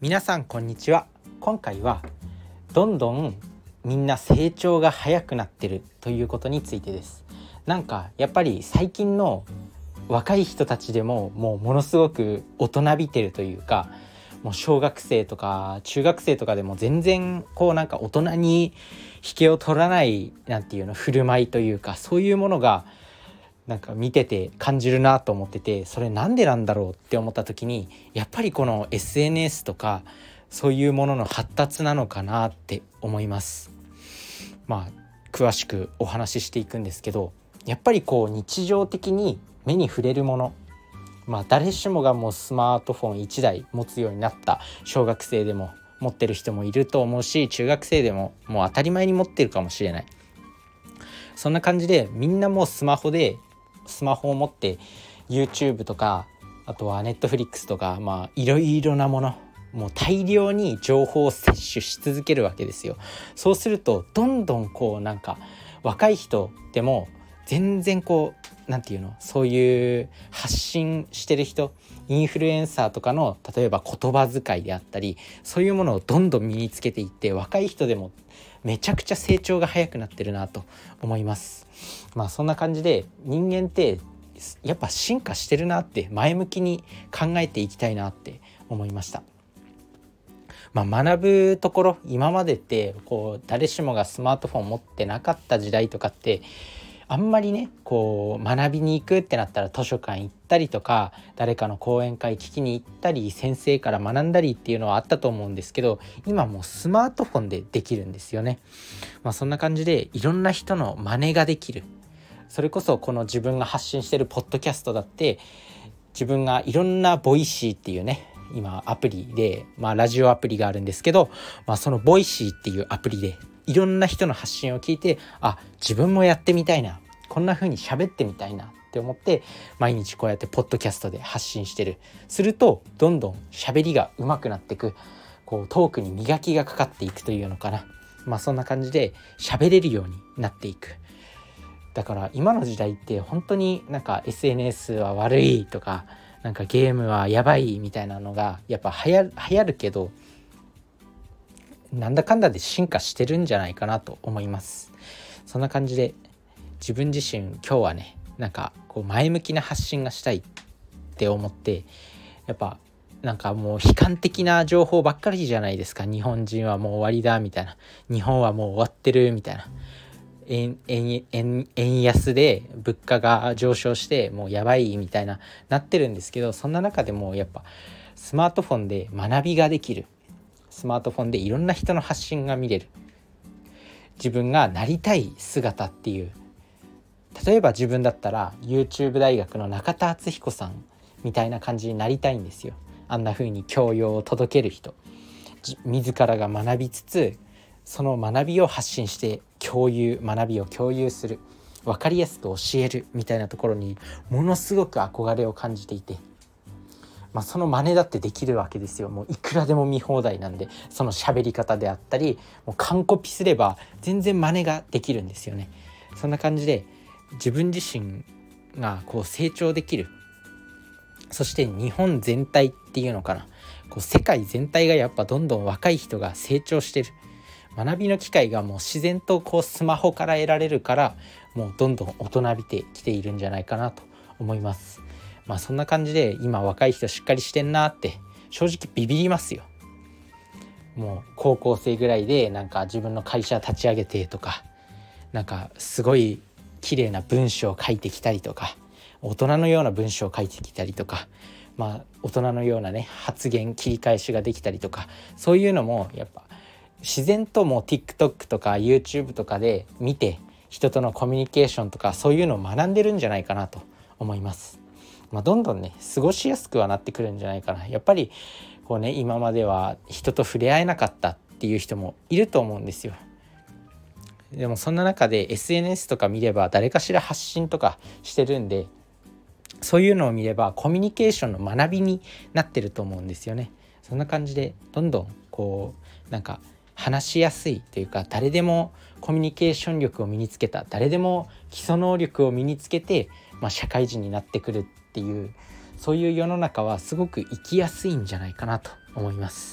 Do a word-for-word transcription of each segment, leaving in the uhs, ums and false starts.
皆さんこんにちは。今回はどんどんみんな成長が早くなってるということについてです。なんかやっぱり最近の若い人たちでももうものすごく大人びてるというか、もう小学生とか中学生とかでも全然こうなんか大人に引けを取らないなんていうの振る舞いというか、そういうものがなんか見てて感じるなと思ってて、それなんでなんだろうって思った時に、やっぱりこの エスエヌエス とかそういうものの発達なのかなって思います。まあ詳しくお話ししていくんですけど、やっぱりこう日常的に目に触れるもの、まあ誰しもがもうスマートフォンいちだい持つようになった。小学生でも持ってる人もいると思うし、中学生でももう当たり前に持ってるかもしれない。そんな感じでみんなもうスマホでスマホを持って YouTube とか、あとは Netflix とか、まあいろいろなもの、もう大量に情報を摂取し続けるわけですよ。そうするとどんどんこうなんか若い人でも全然こうなんていうの、そういう発信してる人、インフルエンサーとかの例えば言葉遣いであったり、そういうものをどんどん身につけていって、若い人でもめちゃくちゃ成長が早くなってるなと思います。まあそんな感じで人間ってやっぱ進化してるなって、前向きに考えていきたいなって思いました。まあ、学ぶところ、今までってこう誰しもがスマートフォン持ってなかった時代とかってあんまりね、こう学びに行くってなったら図書館行ったりとか、誰かの講演会聞きに行ったり、先生から学んだりっていうのはあったと思うんですけど、今もうスマートフォンでできるんですよね。まあそんな感じでいろんな人の真似ができる。それこそこの自分が発信してるポッドキャストだって、自分がいろんなボイシーっていうね、今アプリで、まあラジオアプリがあるんですけど、まあそのボイシーっていうアプリでいろんな人の発信を聞いて、あ、自分もやってみたいな、こんな風に喋ってみたいなって思って毎日こうやってポッドキャストで発信してる。するとどんどん喋りが上手くなっていく、こうトークに磨きがかかっていくというのかな。まあそんな感じで喋れるようになっていく。だから今の時代って本当になんか エスエヌエス は悪いとか、なんかゲームはやばいみたいなのがやっぱ流行る、流行るけど、なんだかんだで進化してるんじゃないかなと思います。そんな感じで自分自身今日はね、なんかこう前向きな発信がしたいって思って、やっぱなんかもう悲観的な情報ばっかりじゃないですか。日本人はもう終わりだみたいな、日本はもう終わってるみたいな、円, 円, 円, 円安で物価が上昇してもうやばいみたいななってるんですけど、そんな中でもやっぱスマートフォンで学びができる、スマートフォンでいろんな人の発信が見れる、自分がなりたい姿っていう、例えば自分だったら YouTube 大学の中田敦彦さんみたいな感じになりたいんですよ。あんな風に教養を届ける人、自らが学びつつその学びを発信して共有、学びを共有する、分かりやすく教えるみたいなところにものすごく憧れを感じていて、まあ、その真似だってできるわけですよ。もういくらでも見放題なんで、その喋り方であったり、もう完コピすれば全然真似ができるんですよね。そんな感じで自分自身がこう成長できる。そして日本全体っていうのかな、こう世界全体がやっぱどんどん若い人が成長してる。学びの機会がもう自然とこうスマホから得られるから、もうどんどん大人びてきているんじゃないかなと思います。まあそんな感じで今若い人しっかりしてんなって正直ビビりますよ。もう高校生ぐらいでなんか自分の会社立ち上げてとか、なんかすごい綺麗な文章を書いてきたりとか、大人のような文章を書いてきたりとか、まあ大人のようなね発言切り返しができたりとか、そういうのもやっぱ自然ともう TikTok とか YouTube とかで見て、人とのコミュニケーションとかそういうのを学んでるんじゃないかなと思います。まあ、どんどんね過ごしやすくはなってくるんじゃないかな。やっぱりこうね、今までは人と触れ合えなかったっていう人もいると思うんですよ。でもそんな中で エスエヌエス とか見れば誰かしら発信とかしてるんで、そういうのを見ればコミュニケーションの学びになってると思うんですよね。そんな感じでどんどんこうなんか話しやすいというか、誰でもコミュニケーション力を身につけた、誰でも基礎能力を身につけて、まあ、社会人になってくるっていう、そういう世の中はすごく生きやすいんじゃないかなと思います。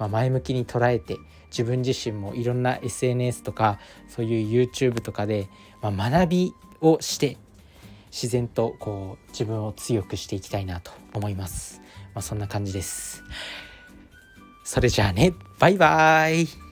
まあ、前向きに捉えて、自分自身もいろんな エスエヌエス とかそういう YouTube とかで、まあ、学びをして自然とこう自分を強くしていきたいなと思います。まあ、そんな感じです。それじゃあね、バイバイ。